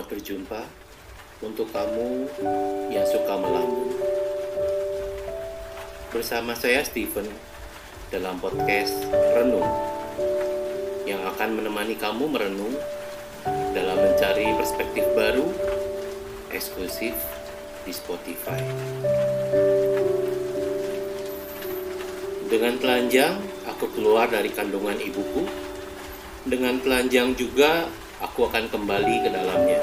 Selamat berjumpa untuk kamu yang suka melamun. Bersama saya Steven dalam podcast Renung yang akan menemani kamu merenung dalam mencari perspektif baru eksklusif di Spotify. Dengan telanjang, aku keluar dari kandungan ibuku. Dengan telanjang juga, aku akan kembali ke dalamnya.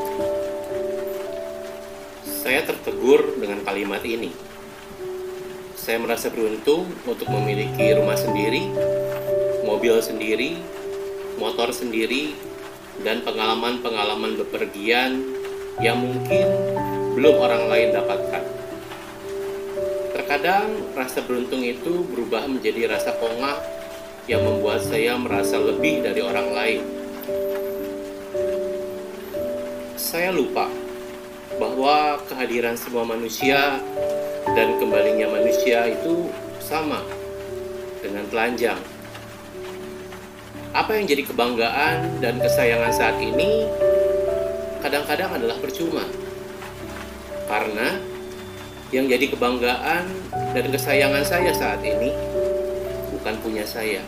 Saya tertegur dengan kalimat ini. Saya merasa beruntung untuk memiliki rumah sendiri, mobil sendiri, motor sendiri, dan pengalaman-pengalaman bepergian yang mungkin belum orang lain dapatkan. Terkadang rasa beruntung itu berubah menjadi rasa kongah yang membuat saya merasa lebih dari orang lain. Saya lupa bahwa kehadiran semua manusia dan kembalinya manusia itu sama dengan telanjang. Apa yang jadi kebanggaan dan kesayangan saat ini kadang-kadang adalah percuma. Karena yang jadi kebanggaan dan kesayangan saya saat ini bukan punya saya.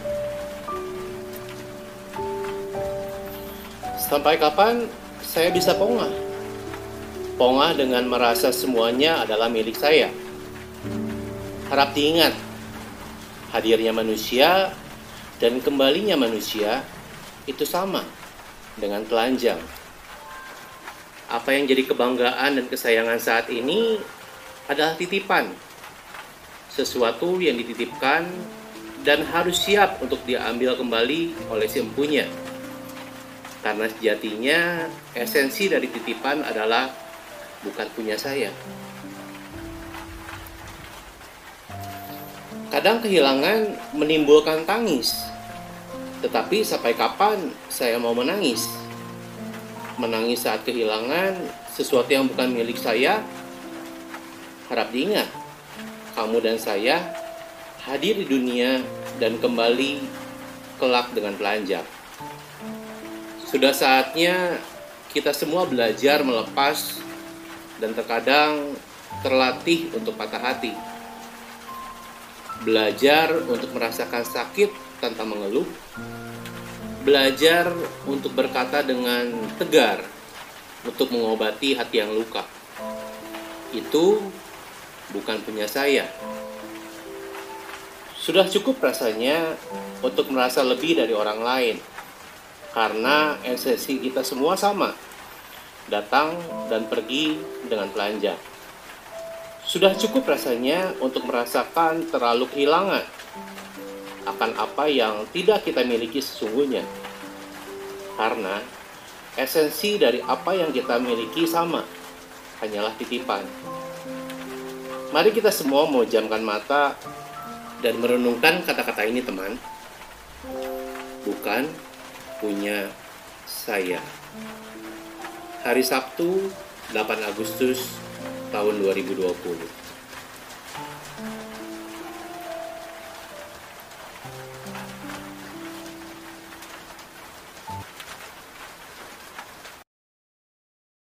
Sampai kapan saya bisa pongah? Pongah dengan merasa semuanya adalah milik saya. Harap diingat, hadirnya manusia dan kembalinya manusia itu sama dengan telanjang. Apa yang jadi kebanggaan dan kesayangan saat ini adalah titipan. Sesuatu yang dititipkan dan harus siap untuk diambil kembali oleh si empunya. Karena sejatinya esensi dari titipan adalah bukan punya saya. Kadang kehilangan menimbulkan tangis. Tetapi sampai kapan saya mau menangis? Menangis saat kehilangan sesuatu yang bukan milik saya? Harap diingat, kamu dan saya hadir di dunia dan kembali kelak dengan telanjang. Sudah saatnya kita semua belajar melepas dan terkadang terlatih untuk patah hati. Belajar untuk merasakan sakit tanpa mengeluh. Belajar untuk berkata dengan tegar untuk mengobati hati yang luka. Itu bukan punya saya. Sudah cukup rasanya untuk merasa lebih dari orang lain. Karena esensi kita semua sama, datang dan pergi dengan telanjang. Sudah cukup rasanya untuk merasakan terlalu kehilangan akan apa yang tidak kita miliki sesungguhnya. Karena esensi dari apa yang kita miliki sama, hanyalah titipan. Mari kita semua memejamkan mata dan merenungkan kata-kata ini, teman. Bukan punya saya. Hari Sabtu, 8 Agustus tahun 2020.